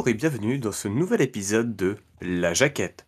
Bonjour et bienvenue dans ce nouvel épisode de La Jaquette.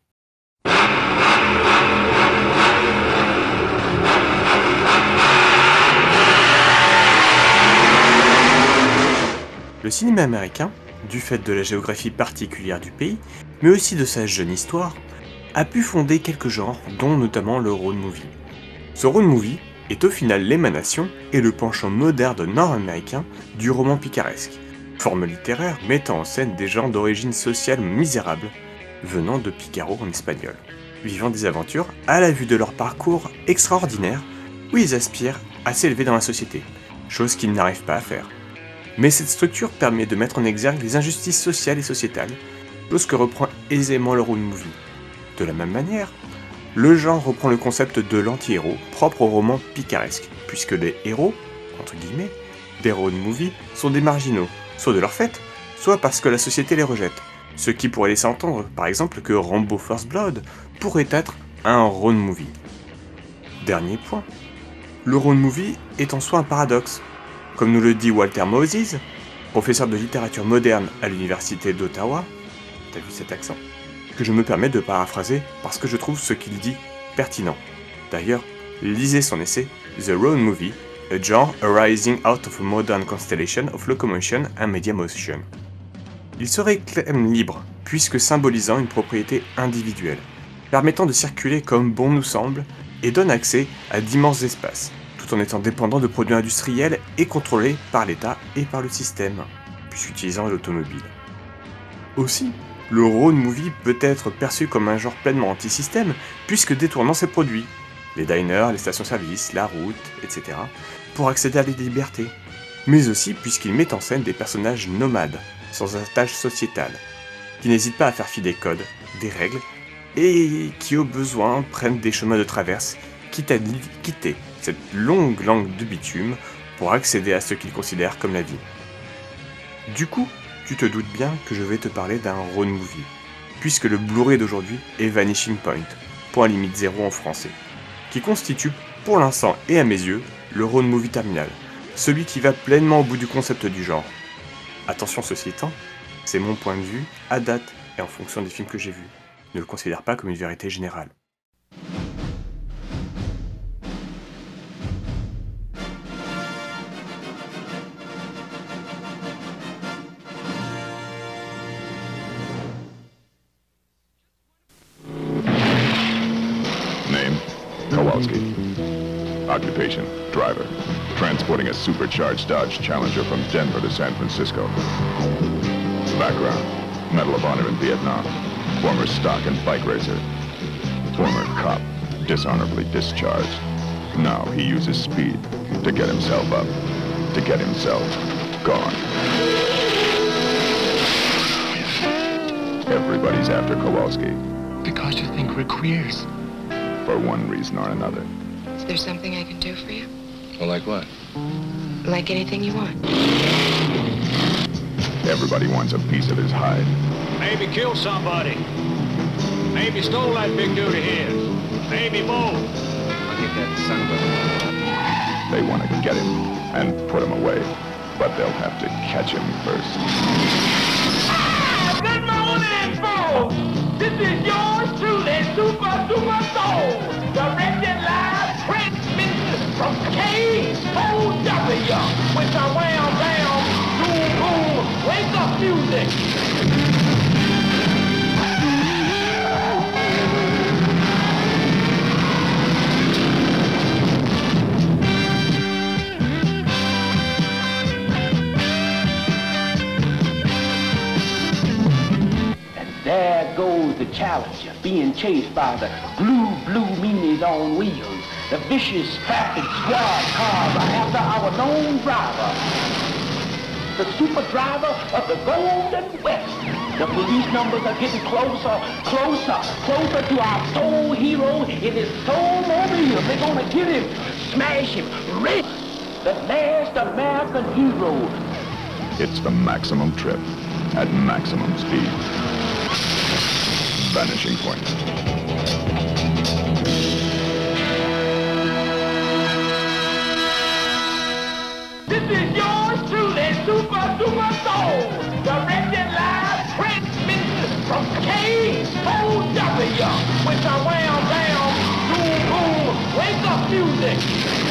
Le cinéma américain, du fait de la géographie particulière du pays, mais aussi de sa jeune histoire, a pu fonder quelques genres, dont notamment le road movie. Ce road movie est au final l'émanation et le penchant moderne nord-américain du roman picaresque, forme littéraire mettant en scène des gens d'origine sociale misérable, venant de Picaro en espagnol, vivant des aventures à la vue de leur parcours extraordinaire où ils aspirent à s'élever dans la société, chose qu'ils n'arrivent pas à faire. Mais cette structure permet de mettre en exergue les injustices sociales et sociétales, chose que reprend aisément le road movie. De la même manière, le genre reprend le concept de l'anti-héros propre au roman picaresque, puisque les héros, entre guillemets, des road movies sont des marginaux, soit de leur fait, soit parce que la société les rejette, ce qui pourrait laisser entendre, par exemple, que Rambo First Blood pourrait être un road movie. Dernier point, le road movie est en soi un paradoxe. Comme nous le dit Walter Moses, professeur de littérature moderne à l'université d'Ottawa, t'as vu cet accent, que je me permets de paraphraser parce que je trouve ce qu'il dit pertinent. D'ailleurs, lisez son essai The Road Movie, a genre arising out of a modern constellation of locomotion and media motion. Il se réclame libre, puisque symbolisant une propriété individuelle, permettant de circuler comme bon nous semble, et donne accès à d'immenses espaces, tout en étant dépendant de produits industriels et contrôlés par l'État et par le système, puisqu'utilisant l'automobile. Aussi, le road movie peut être perçu comme un genre pleinement anti-système, puisque détournant ses produits, les diners, les stations-service, la route, etc., pour accéder à la liberté, mais aussi puisqu'il met en scène des personnages nomades, sans attache sociétale, qui n'hésitent pas à faire fi des codes, des règles, et qui au besoin prennent des chemins de traverse, quitte à quitter cette longue langue de bitume pour accéder à ce qu'ils considèrent comme la vie. Du coup, tu te doutes bien que je vais te parler d'un road movie, puisque le Blu-ray d'aujourd'hui est Vanishing Point, point limite zéro en français, qui constitue, pour l'instant et à mes yeux, le road movie terminal, celui qui va pleinement au bout du concept du genre. Attention ceci étant, c'est mon point de vue, à date et en fonction des films que j'ai vus. Ne le considère pas comme une vérité générale. Name, Kowalski. Occupation, driver. Transporting a supercharged Dodge Challenger from Denver to San Francisco. Background, Medal of Honor in Vietnam. Former stock and bike racer. Former cop, dishonorably discharged. Now he uses speed to get himself up, to get himself gone. Everybody's after Kowalski. Because you think we're queers. For one reason or another. Is there something I can do for you? Well, like what? Like anything you want. Everybody wants a piece of his hide. Maybe killed somebody. Maybe stole that big dude of his. Maybe both. I'll get that son of a... They want to get him and put him away, but they'll have to catch him first. Good morning, folks. This is yours truly, Super Soul, directed live transmission from KOW with the wham bam, boom boom, wake up music. There goes the Challenger, being chased by the blue meanies on wheels. The vicious traffic squad cars are after our known driver, the super driver of the Golden West. The police numbers are getting closer to our soul hero in his soul mobile. They're gonna get him, smash him, race the last American hero. It's the maximum trip at maximum speed. Vanishing Point. This is yours truly, Super Soul, directed live, music.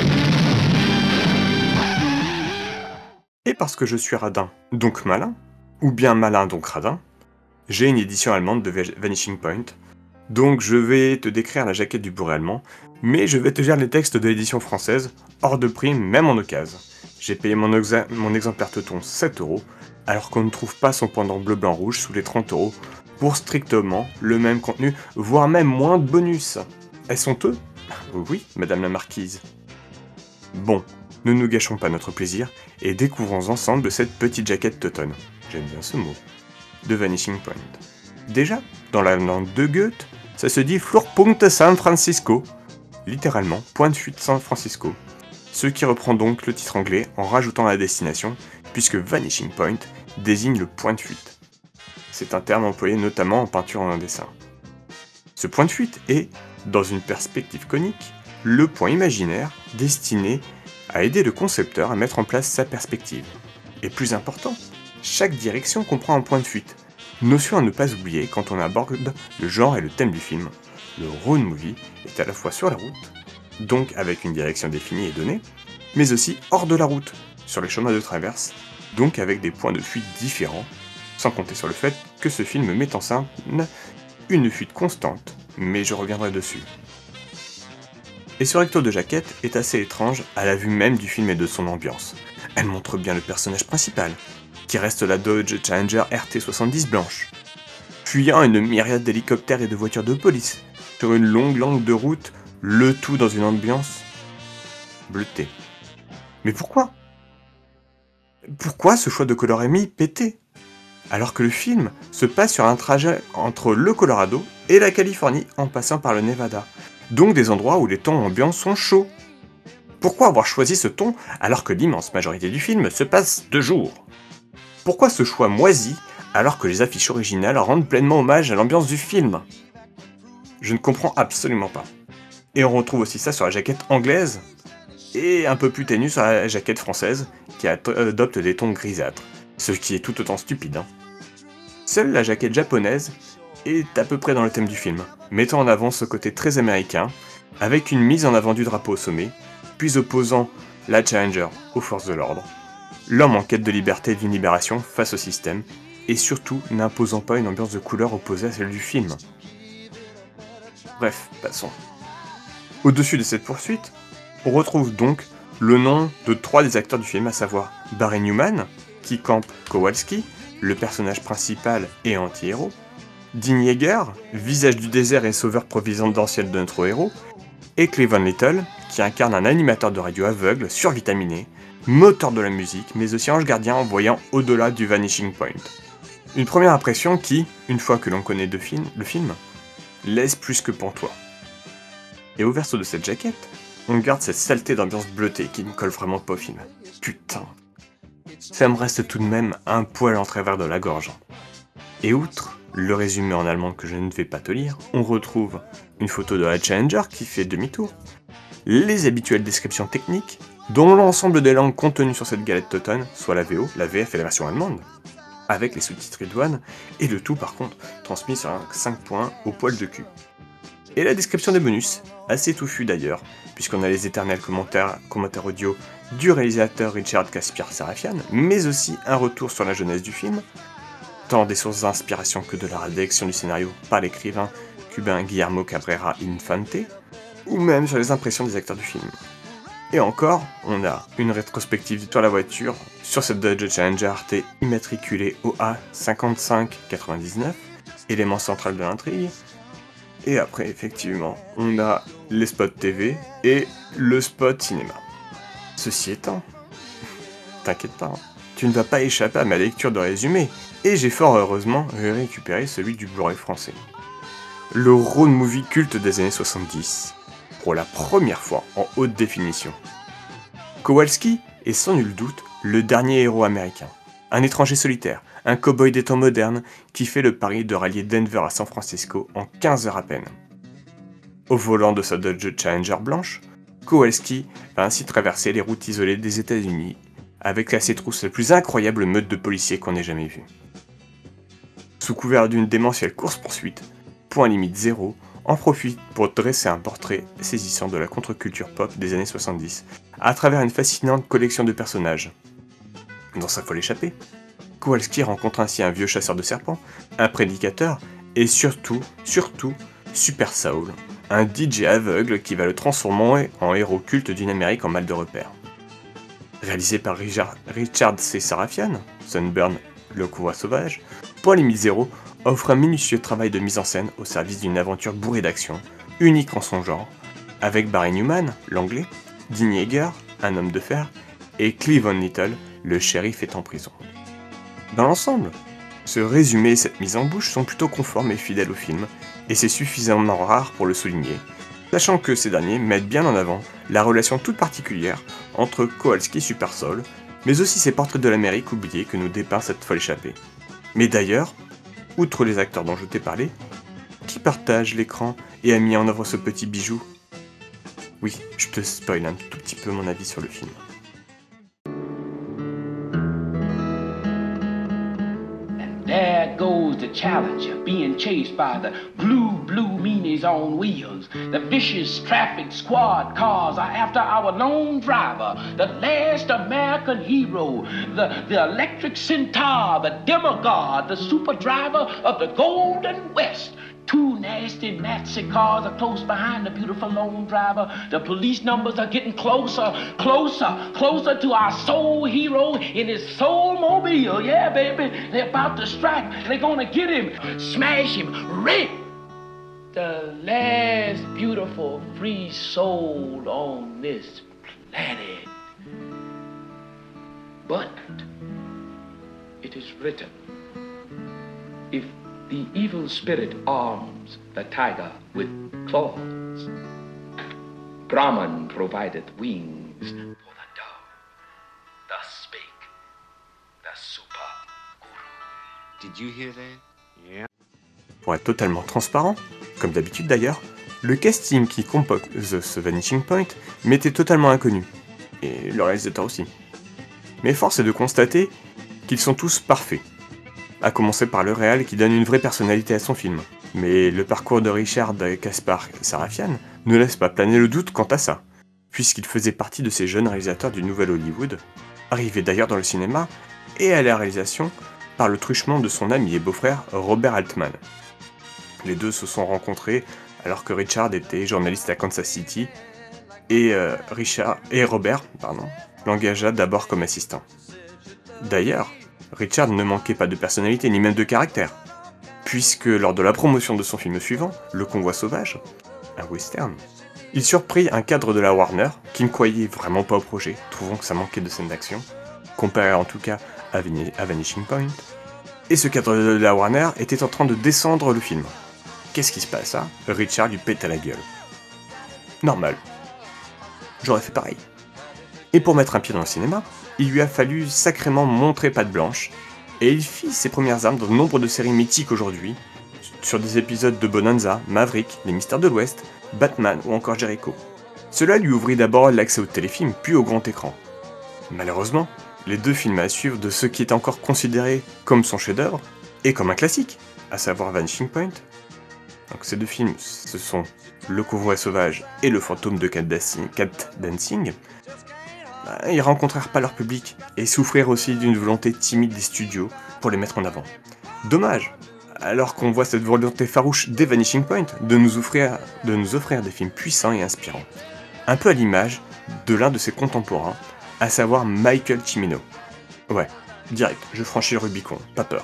Et parce que je suis radin, donc malin, ou bien malin donc radin, j'ai une édition allemande de Vanishing Point, donc je vais te décrire la jaquette du Blu-ray allemand, mais je vais te lire les textes de l'édition française, hors de prix, même en occasion. J'ai payé mon exemplaire teuton 7€, alors qu'on ne trouve pas son pendant bleu-blanc-rouge sous les 30€, pour strictement le même contenu, voire même moins de bonus. Elles sont eux ? Oui, madame la marquise. Bon, ne nous gâchons pas notre plaisir, et découvrons ensemble cette petite jaquette teutonne, j'aime bien ce mot, de Vanishing Point. Déjà, dans la langue de Goethe, ça se dit Flurpunkt San Francisco, littéralement point de fuite San Francisco, ce qui reprend donc le titre anglais en rajoutant la destination, puisque Vanishing Point désigne le point de fuite. C'est un terme employé notamment en peinture ou en dessin. Ce point de fuite est, dans une perspective conique, le point imaginaire destiné à aider le concepteur à mettre en place sa perspective. Et plus important, chaque direction comprend un point de fuite, notion à ne pas oublier quand on aborde le genre et le thème du film. Le road movie est à la fois sur la route, donc avec une direction définie et donnée, mais aussi hors de la route, sur les chemins de traverse, donc avec des points de fuite différents, sans compter sur le fait que ce film met en scène une fuite constante, mais je reviendrai dessus. Et ce recto de jaquette est assez étrange à la vue même du film et de son ambiance. Elle montre bien le personnage principal, qui reste la Dodge Challenger RT70 blanche, fuyant une myriade d'hélicoptères et de voitures de police, sur une longue langue de route, le tout dans une ambiance bleutée. Mais pourquoi ? Pourquoi ce choix de colorémie pété ? Alors que le film se passe sur un trajet entre le Colorado et la Californie en passant par le Nevada, donc des endroits où les tons ambiants sont chauds. Pourquoi avoir choisi ce ton alors que l'immense majorité du film se passe de jour ? Pourquoi ce choix moisi alors que les affiches originales rendent pleinement hommage à l'ambiance du film ? Je ne comprends absolument pas. Et on retrouve aussi ça sur la jaquette anglaise, et un peu plus ténue sur la jaquette française, qui adopte des tons grisâtres, ce qui est tout autant stupide. Seule la jaquette japonaise est à peu près dans le thème du film, mettant en avant ce côté très américain, avec une mise en avant du drapeau au sommet, puis opposant la Challenger aux forces de l'ordre, l'homme en quête de liberté et d'une libération face au système, et surtout n'imposant pas une ambiance de couleur opposée à celle du film. Bref, passons. Au-dessus de cette poursuite, on retrouve donc le nom de 3 des acteurs du film, à savoir Barry Newman, qui campe Kowalski, le personnage principal et anti-héros, Dean Yeager, visage du désert et sauveur providentiel de notre héros, et Cleavon Little, qui incarne un animateur de radio aveugle, survitaminé, moteur de la musique, mais aussi ange gardien en voyant au-delà du Vanishing Point. Une première impression qui, une fois que l'on connaît le film, laisse plus que pantois. Et au verso de cette jaquette, on garde cette saleté d'ambiance bleutée qui ne colle vraiment pas au film. Putain. Ça me reste tout de même un poil en travers de la gorge. Et outre le résumé en allemand que je ne vais pas te lire, on retrouve une photo de la Challenger qui fait demi-tour, les habituelles descriptions techniques, dont l'ensemble des langues contenues sur cette galette teutonne, soit la VO, la VF et la version allemande, avec les sous-titres idoines, et le tout par contre transmis sur un 5 points au poil de cul. Et la description des bonus, assez touffue d'ailleurs, puisqu'on a les éternels commentaires audio du réalisateur Richard Caspar Sarafian, mais aussi un retour sur la jeunesse du film, tant des sources d'inspiration que de la rédaction du scénario par l'écrivain cubain Guillermo Cabrera Infante, ou même sur les impressions des acteurs du film. Et encore, on a une rétrospective sur la voiture, sur cette Dodge Challenger RT immatriculée OA 5599, élément central de l'intrigue. Et après, effectivement, on a les spots TV et le spot cinéma. Ceci étant, t'inquiète pas, tu ne vas pas échapper à ma lecture de résumé, et j'ai fort heureusement récupéré celui du Blu-ray français. Le road movie culte des années 70, pour la première fois en haute définition. Kowalski est sans nul doute le dernier héros américain, un étranger solitaire, un cow-boy des temps modernes qui fait le pari de rallier Denver à San Francisco en 15 heures à peine. Au volant de sa Dodge Challenger blanche, Kowalski va ainsi traverser les routes isolées des États-Unis avec à ses trousses la plus incroyable meute de policiers qu'on ait jamais vue. Sous couvert d'une démentielle course-poursuite, point limite 0, en profite pour dresser un portrait saisissant de la contre-culture pop des années 70, à travers une fascinante collection de personnages. Dans sa folle échappée, Kowalski rencontre ainsi un vieux chasseur de serpents, un prédicateur, et surtout, Super Saul, un DJ aveugle qui va le transformer en héros culte d'une Amérique en mal de repère. Réalisé par Richard C. Sarafian, Sunburn, Le Convoi Sauvage, Paul Émile Zéro offre un minutieux travail de mise en scène au service d'une aventure bourrée d'action, unique en son genre, avec Barry Newman, l'anglais, Dean Yeager, un homme de fer, et Cleavon Little, le shérif est en prison. Dans l'ensemble, ce résumé et cette mise en bouche sont plutôt conformes et fidèles au film, et c'est suffisamment rare pour le souligner, sachant que ces derniers mettent bien en avant la relation toute particulière entre Kowalski et Super Saul, mais aussi ces portraits de l'Amérique oubliée que nous dépeint cette folle échappée. Mais d'ailleurs, outre les acteurs dont je t'ai parlé, qui partage l'écran et a mis en œuvre ce petit bijou? Oui, je te spoil un tout petit peu mon avis sur le film. There goes the Challenger, being chased by the blue meanies on wheels. The vicious traffic squad cars are after our lone driver, the last American hero, the electric centaur, the demigod, the super driver of the Golden West. Two nasty Nazi cars are close behind the beautiful lone driver. The police numbers are getting closer to our soul hero in his soul mobile. Yeah, baby, they're about to strike. They're gonna get him, smash him, rip the last beautiful free soul on this planet. But it is written, if the evil spirit arms the tiger with claws, Brahman provided wings for the dove. Thus spake the super guru. Did you hear that? Pour être totalement transparent, comme d'habitude d'ailleurs, le casting qui compose ce Vanishing Point m'était totalement inconnu, et le réalisateur aussi. Mais force est de constater qu'ils sont tous parfaits. À commencer par le réal qui donne une vraie personnalité à son film. Mais le parcours de Richard Kaspar Sarafian ne laisse pas planer le doute quant à ça, puisqu'il faisait partie de ces jeunes réalisateurs du Nouvel Hollywood, arrivé d'ailleurs dans le cinéma et à la réalisation par le truchement de son ami et beau-frère Robert Altman. Les deux se sont rencontrés alors que Richard était journaliste à Kansas City et Robert l'engagea d'abord comme assistant. D'ailleurs, Richard ne manquait pas de personnalité ni même de caractère, puisque lors de la promotion de son film suivant, Le Convoi Sauvage, un western, il surprit un cadre de la Warner qui ne croyait vraiment pas au projet, trouvant que ça manquait de scènes d'action, comparé en tout cas à Vanishing Point, et ce cadre de la Warner était en train de descendre le film. Qu'est-ce qui se passe là? Richard lui pète à la gueule. Normal. J'aurais fait pareil. Et pour mettre un pied dans le cinéma, il lui a fallu sacrément montrer patte blanche, et il fit ses premières armes dans nombre de séries mythiques aujourd'hui, sur des épisodes de Bonanza, Maverick, Les Mystères de l'Ouest, Batman ou encore Jericho. Cela lui ouvrit d'abord l'accès au téléfilm puis au grand écran. Malheureusement, les deux films à suivre de ce qui est encore considéré comme son chef-d'œuvre, et comme un classique, à savoir Vanishing Point. Donc ces deux films, ce sont Le Convoi Sauvage et Le Fantôme de Cat Dancing. Ils rencontrèrent pas leur public et souffrirent aussi d'une volonté timide des studios pour les mettre en avant. Dommage, alors qu'on voit cette volonté farouche des Vanishing Point de nous offrir des films puissants et inspirants. Un peu à l'image de l'un de ses contemporains, à savoir Michael Cimino. Ouais, direct, je franchis le Rubicon, pas peur.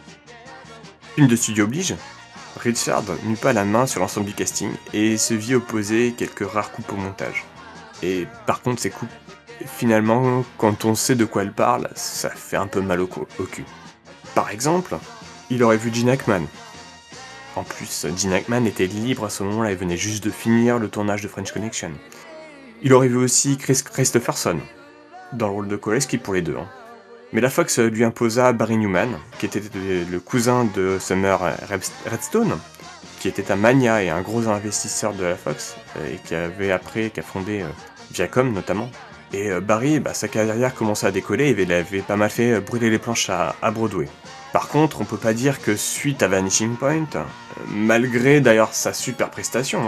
Film de studio oblige, Richard n'eut pas la main sur l'ensemble du casting et se vit opposer quelques rares coupes au montage. Et par contre, ces coupes, finalement, quand on sait de quoi elle parle, ça fait un peu mal au cul. Par exemple, il aurait vu Gene Hackman. En plus, Gene Hackman était libre à ce moment-là et venait juste de finir le tournage de French Connection. Il aurait vu aussi Chris Christopherson, dans le rôle de Kowalski pour les deux. Mais la Fox lui imposa Barry Newman, qui était le cousin de Summer Redstone, qui était un magnat et un gros investisseur de la Fox, et qui a fondé Viacom notamment. Et Barry, sa carrière commençait à décoller et il avait pas mal fait brûler les planches à Broadway. Par contre, on peut pas dire que suite à Vanishing Point, malgré d'ailleurs sa super prestation,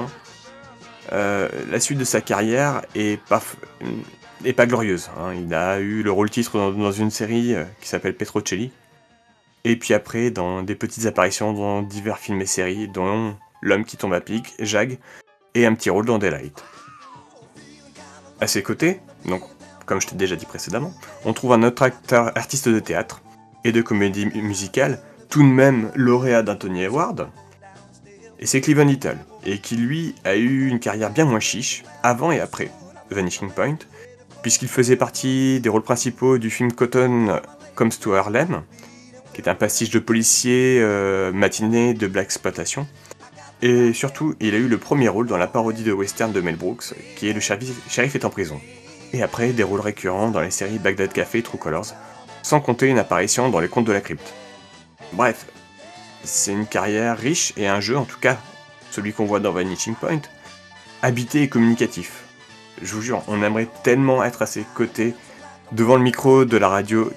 la suite de sa carrière est pas glorieuse. Il a eu le rôle titre dans une série qui s'appelle Petrocelli, et puis après dans des petites apparitions dans divers films et séries, dont L'homme qui tombe à pic, Jag, et un petit rôle dans Daylight. À ses côtés, donc comme je t'ai déjà dit précédemment, on trouve un autre artiste de théâtre et de comédie musicale, tout de même lauréat d'un Tony Award, et c'est Cleavon Little, et qui lui a eu une carrière bien moins chiche, avant et après Vanishing Point, puisqu'il faisait partie des rôles principaux du film Cotton Comes to Harlem, qui est un pastiche de policier matiné de blaxploitation, et surtout il a eu le premier rôle dans la parodie de western de Mel Brooks, qui est Le shérif est en prison, et après des rôles récurrents dans les séries Bagdad Café et True Colors, sans compter une apparition dans Les Contes de la Crypte. Bref, c'est une carrière riche et un jeu, en tout cas celui qu'on voit dans Vanishing Point, habité et communicatif. Je vous jure, on aimerait tellement être à ses côtés devant le micro de la radio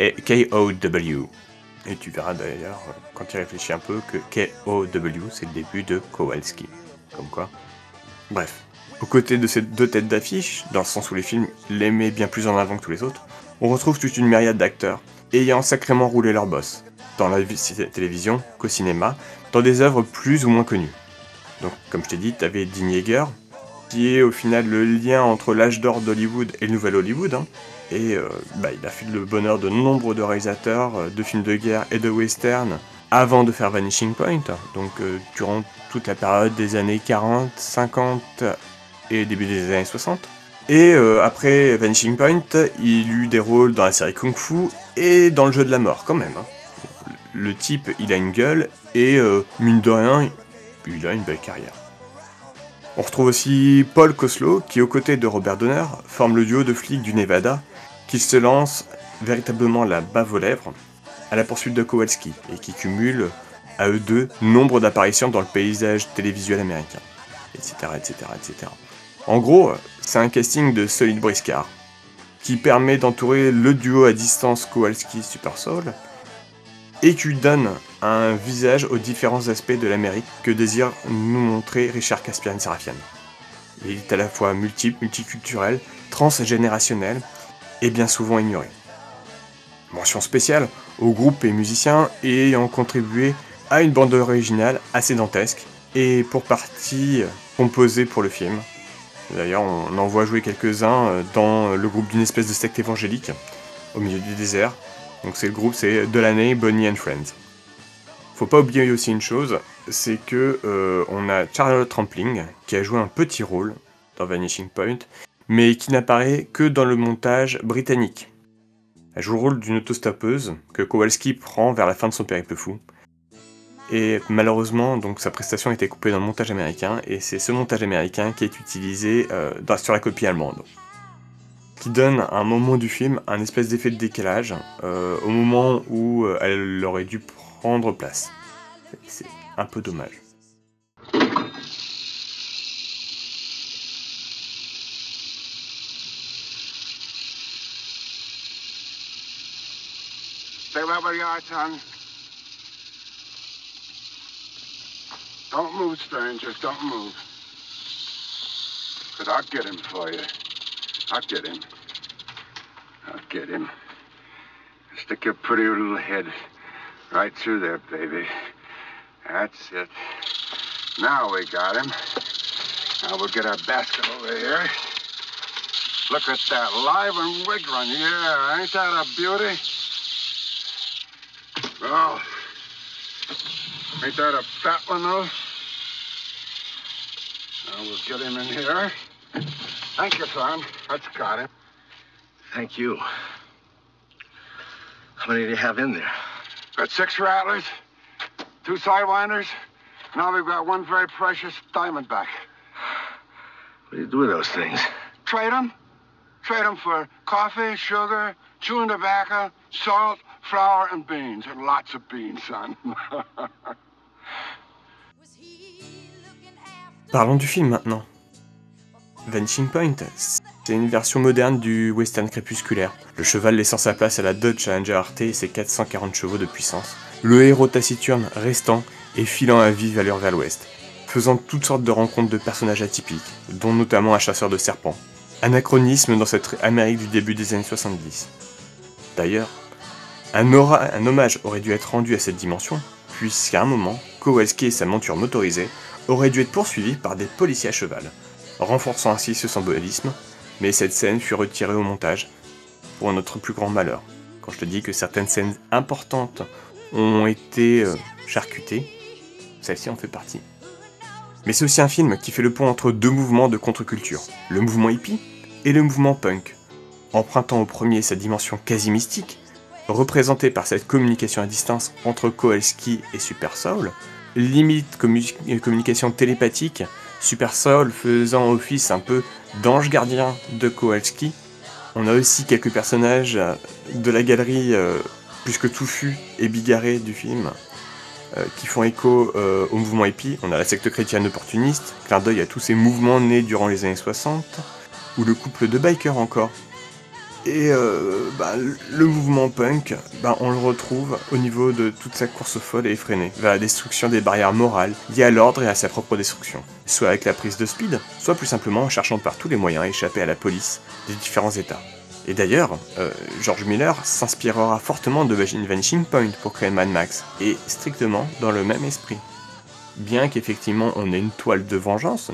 KOW. Et tu verras d'ailleurs, quand tu réfléchis un peu, que KOW c'est le début de Kowalski. Comme quoi. Bref. Aux côtés de ces deux têtes d'affiche, dans le sens où les films les mettent bien plus en avant que tous les autres, on retrouve toute une myriade d'acteurs ayant sacrément roulé leur boss, dans la télévision qu'au cinéma, dans des œuvres plus ou moins connues. Donc, comme je t'ai dit, t'avais Dean Yeager, qui est au final le lien entre l'âge d'or d'Hollywood et le nouvel Hollywood, et il a fait le bonheur de nombre de réalisateurs de films de guerre et de western avant de faire Vanishing Point, donc durant toute la période des années 40, 50 et début des années 60. Et après Vanishing Point, il eut des rôles dans la série Kung Fu et dans le jeu de la mort quand même. Le type, il a une gueule et mine de rien, il a une belle carrière. On retrouve aussi Paul Koslo qui, aux côtés de Robert Donner, forme le duo de flics du Nevada qui se lance véritablement la bave aux lèvres à la poursuite de Kowalski et qui cumule à eux deux nombre d'apparitions dans le paysage télévisuel américain, etc., etc., etc. En gros, c'est un casting de solide briscard, qui permet d'entourer le duo à distance Kowalski-Super Soul, et qui donne un visage aux différents aspects de l'Amérique que désire nous montrer Richard Caspian Sarafian. Il est à la fois multiculturel, transgénérationnel, et bien souvent ignoré. Mention spéciale aux groupes et musiciens ayant contribué à une bande originale assez dantesque, et pour partie composée pour le film. D'ailleurs, on en voit jouer quelques-uns dans le groupe d'une espèce de secte évangélique, au milieu du désert. Donc c'est Delaney, Bonnie and Friends. Faut pas oublier aussi une chose, c'est que on a Charlotte Rampling, qui a joué un petit rôle dans Vanishing Point, mais qui n'apparaît que dans le montage britannique. Elle joue le rôle d'une autostoppeuse que Kowalski prend vers la fin de son périple fou. Et malheureusement, donc sa prestation a été coupée dans le montage américain, et c'est ce montage américain qui est utilisé sur la copie allemande. Qui donne à un moment du film un espèce d'effet de décalage au moment où elle aurait dû prendre place. C'est un peu dommage. Stay right where you are, son. Don't move, strangers, don't move. 'Cause I'll get him for you. I'll get him. I'll get him. Stick your pretty little head right through there, baby. That's it. Now we got him. Now we'll get our basket over here. Look at that live and wig run. Yeah, ain't that a beauty? Oh, ain't that a fat one, though? Now we'll get him in here. Thank you, son. That's got him. Thank you. How many do you have in there? Got 6 rattlers, 2 sidewinders. Now we've got 1 very precious diamondback. What do you do with those things? Trade them. Trade them for coffee, sugar, chewing tobacco, salt, flour, and beans. And lots of beans, son. Parlons du film maintenant. Vanishing Point, c'est une version moderne du western crépusculaire, le cheval laissant sa place à la Dodge Challenger RT et ses 440 chevaux de puissance, le héros taciturne restant et filant à vive allure vers l'ouest, faisant toutes sortes de rencontres de personnages atypiques, dont notamment un chasseur de serpents. Anachronisme dans cette Amérique du début des années 70. D'ailleurs, un hommage aurait dû être rendu à cette dimension, puisqu'à un moment, Kowalski et sa monture motorisée auraient dû être poursuivis par des policiers à cheval, renforçant ainsi ce symbolisme, mais cette scène fut retirée au montage, pour notre plus grand malheur. Quand je te dis que certaines scènes importantes ont été charcutées, celle-ci en fait partie. Mais c'est aussi un film qui fait le pont entre deux mouvements de contre-culture, le mouvement hippie et le mouvement punk, empruntant au premier sa dimension quasi mystique, représentée par cette communication à distance entre Kowalski et Super Soul, limite communication télépathique, Super Soul faisant office un peu d'ange gardien de Kowalski. On a aussi quelques personnages de la galerie plus que touffus et bigarrés du film, qui font écho au mouvement hippie. On a la secte chrétienne opportuniste, clin d'œil à tous ces mouvements nés durant les années 60, ou le couple de bikers encore. Et le mouvement punk, on le retrouve au niveau de toute sa course folle et effrénée, vers la destruction des barrières morales liées à l'ordre et à sa propre destruction. Soit avec la prise de speed, soit plus simplement en cherchant par tous les moyens à échapper à la police des différents états. Et d'ailleurs, George Miller s'inspirera fortement de Vanishing Point pour créer Mad Max, et strictement dans le même esprit. Bien qu'effectivement on ait une toile de vengeance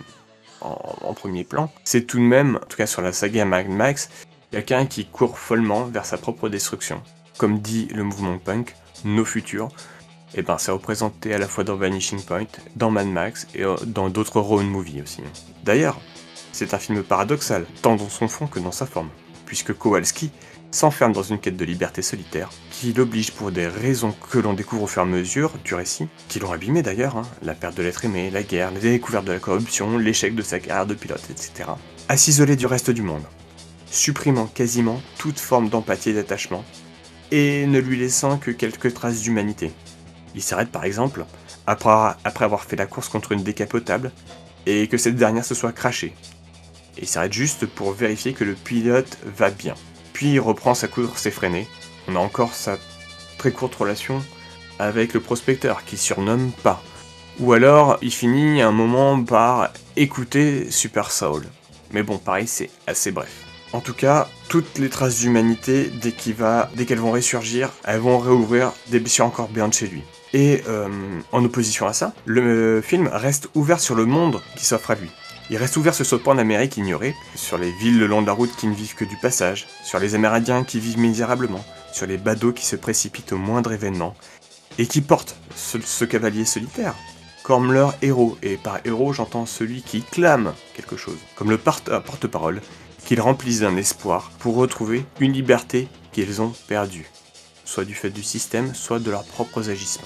en premier plan, c'est tout de même, en tout cas sur la saga Mad Max, quelqu'un qui court follement vers sa propre destruction. Comme dit le mouvement punk, nos futurs, c'est représenté à la fois dans Vanishing Point, dans Mad Max et dans d'autres road movies aussi. D'ailleurs, c'est un film paradoxal, tant dans son fond que dans sa forme, puisque Kowalski s'enferme dans une quête de liberté solitaire, qui l'oblige pour des raisons que l'on découvre au fur et à mesure du récit, qui l'ont abîmé d'ailleurs, la perte de l'être aimé, la guerre, la découverte de la corruption, l'échec de sa carrière de pilote, etc., à s'isoler du reste du monde, supprimant quasiment toute forme d'empathie et d'attachement, et ne lui laissant que quelques traces d'humanité. Il s'arrête par exemple après avoir fait la course contre une décapotable, et que cette dernière se soit crashée. Et il s'arrête juste pour vérifier que le pilote va bien. Puis il reprend sa course effrénée. On a encore sa très courte relation avec le prospecteur, qu'il surnomme pas. Ou alors, il finit un moment par écouter Super Soul. Mais bon, pareil, c'est assez bref. En tout cas, toutes les traces d'humanité, dès qu'elles vont ressurgir, elles vont réouvrir des blessures encore béantes chez lui. Et en opposition à ça, le film reste ouvert sur le monde qui s'offre à lui. Il reste ouvert sur ce pan d'Amérique ignoré, sur les villes le long de la route qui ne vivent que du passage, sur les Amérindiens qui vivent misérablement, sur les badauds qui se précipitent au moindre événement, et qui portent ce cavalier solitaire comme leur héros, et par héros j'entends celui qui clame quelque chose, comme le porte-parole, qu'ils remplissent d'un espoir pour retrouver une liberté qu'ils ont perdue, soit du fait du système, soit de leurs propres agissements.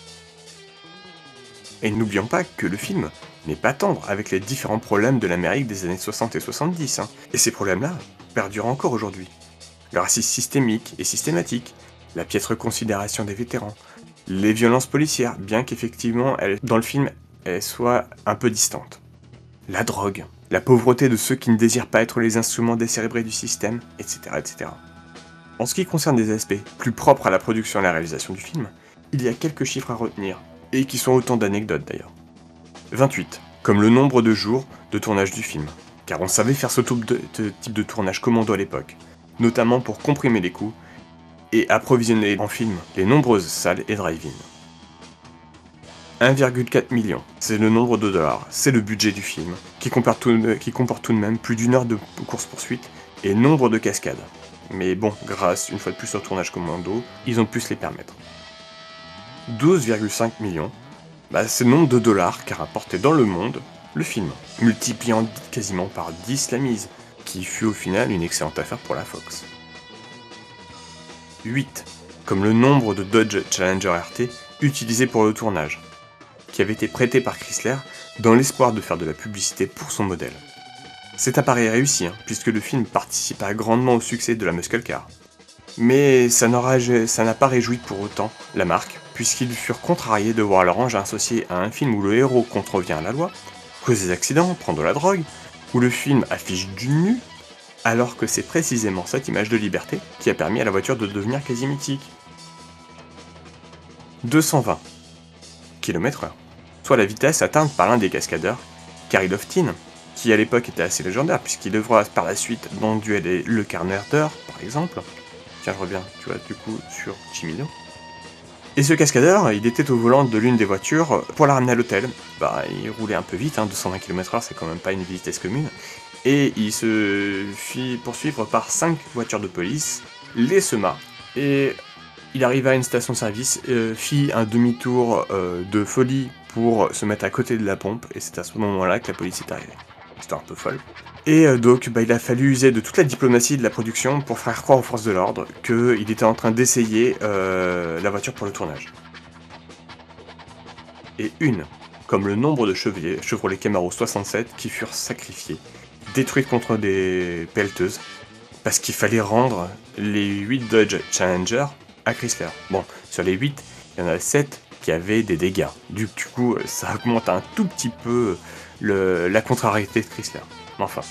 Et n'oublions pas que le film n'est pas tendre avec les différents problèmes de l'Amérique des années 60 et 70, et ces problèmes-là perdurent encore aujourd'hui. Le racisme systémique et systématique, la piètre considération des vétérans, les violences policières, bien qu'effectivement, dans le film, elles soient un peu distantes. La drogue, la pauvreté de ceux qui ne désirent pas être les instruments décérébrés du système, etc., etc. En ce qui concerne des aspects plus propres à la production et à la réalisation du film, il y a quelques chiffres à retenir, et qui sont autant d'anecdotes d'ailleurs. 28, comme le nombre de jours de tournage du film, car on savait faire ce type de tournage commando à l'époque, notamment pour comprimer les coûts et approvisionner en film les nombreuses salles et drive-in. 1,4 million, c'est le nombre de dollars, c'est le budget du film, qui comporte tout de même plus d'une heure de course-poursuite et nombre de cascades. Mais bon, grâce, une fois de plus au tournage commando, ils ont pu se les permettre. 12,5 millions, c'est le nombre de dollars qu'a rapporté dans le monde le film, multipliant quasiment par 10 la mise, qui fut au final une excellente affaire pour la Fox. 8, comme le nombre de Dodge Challenger RT utilisés pour le tournage, qui avait été prêté par Chrysler dans l'espoir de faire de la publicité pour son modèle. C'est un pari réussi, puisque le film participa grandement au succès de la muscle car. Mais ça n'a pas réjoui pour autant la marque, puisqu'ils furent contrariés de voir leur engin associé à un film où le héros contrevient à la loi, cause des accidents, prend de la drogue, où le film affiche du nu, alors que c'est précisément cette image de liberté qui a permis à la voiture de devenir quasi mythique. 220 km/h, soit la vitesse atteinte par l'un des cascadeurs, Carrie Loftin, qui à l'époque était assez légendaire puisqu'il devra par la suite dans le duel le Carnader par exemple. Tiens, je reviens, tu vois, du coup, sur Chimino. Et ce cascadeur, il était au volant de l'une des voitures pour la ramener à l'hôtel. Bah, il roulait un peu vite, 220 km/h, c'est quand même pas une vitesse commune. Et il se fit poursuivre par 5 voitures de police, les sema, et il arriva à une station-service, fit un demi-tour de folie pour se mettre à côté de la pompe, et c'est à ce moment-là que la police est arrivée. Histoire un peu folle. Et donc, il a fallu user de toute la diplomatie de la production pour faire croire aux forces de l'ordre qu'il était en train d'essayer la voiture pour le tournage. Et comme le nombre de Chevrolet Camaro 67 qui furent sacrifiés, détruites contre des pelleteuses, parce qu'il fallait rendre les 8 Dodge Challenger à Chrysler. Bon, sur les 8, il y en a 7 qui avaient des dégâts. Du coup, ça augmente un tout petit peu la contrariété de Chrysler. Mais enfin.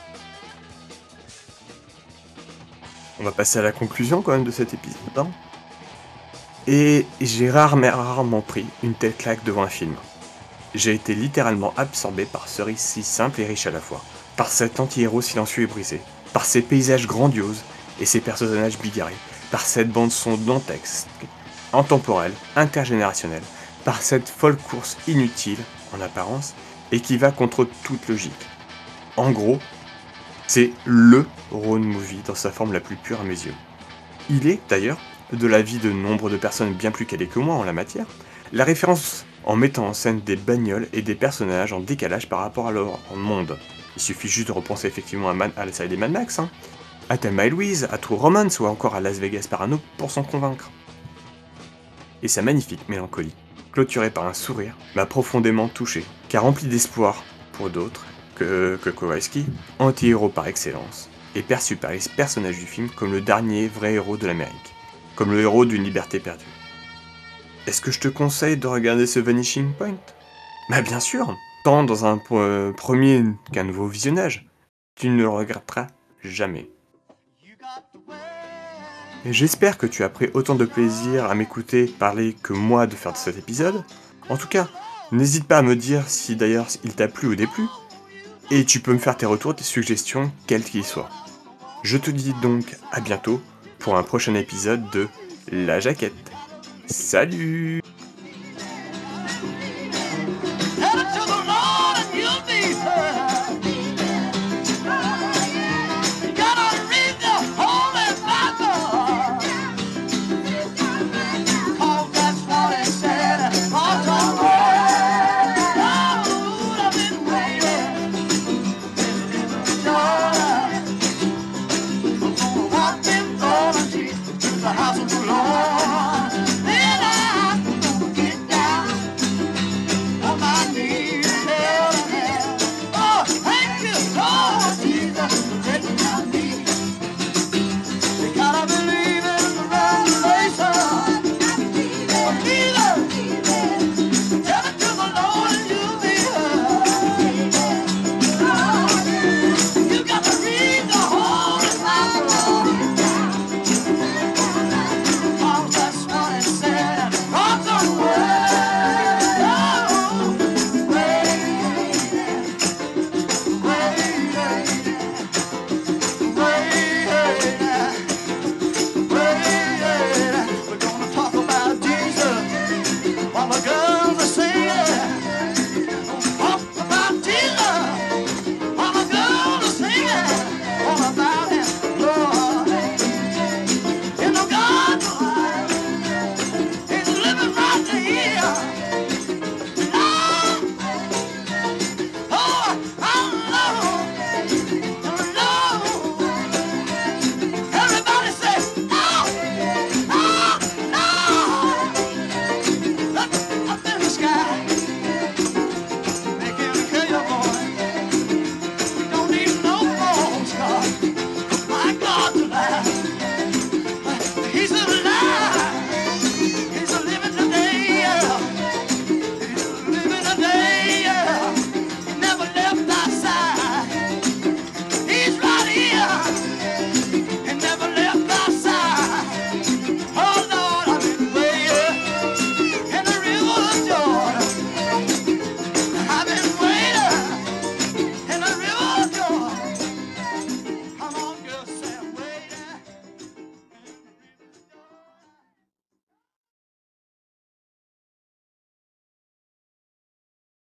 On va passer à la conclusion quand même de cet épisode. Hein. Et j'ai rarement pris une telle claque devant un film. J'ai été littéralement absorbé par ce récit simple et riche à la fois, par cet anti-héros silencieux et brisé, par ces paysages grandioses et ces personnages bigarrés, par cette bande-son dantesque, intemporelle, intergénérationnelle, par cette folle course inutile, en apparence, et qui va contre toute logique. En gros, c'est LE road movie dans sa forme la plus pure à mes yeux. Il est, d'ailleurs, de l'avis de nombre de personnes bien plus calées que moi en la matière, la référence en mettant en scène des bagnoles et des personnages en décalage par rapport à leur monde. Il suffit juste de repenser effectivement à la série des Mad Max, à Thelma et Louise, à True Romance ou encore à Las Vegas Parano pour s'en convaincre. Et sa magnifique mélancolie, clôturée par un sourire, m'a profondément touché, car rempli d'espoir pour d'autres que Kowalski, anti-héros par excellence, est perçu par les personnages du film comme le dernier vrai héros de l'Amérique, comme le héros d'une liberté perdue. Est-ce que je te conseille de regarder ce Vanishing Point ? Bah bien sûr, tant dans un premier qu'un nouveau visionnage, tu ne le regretteras jamais. Et j'espère que tu as pris autant de plaisir à m'écouter parler que moi de faire de cet épisode. En tout cas, n'hésite pas à me dire si d'ailleurs il t'a plu ou déplu, et tu peux me faire tes retours, tes suggestions, quels qu'ils soient. Je te dis donc à bientôt pour un prochain épisode de La Jaquette. Salut! House of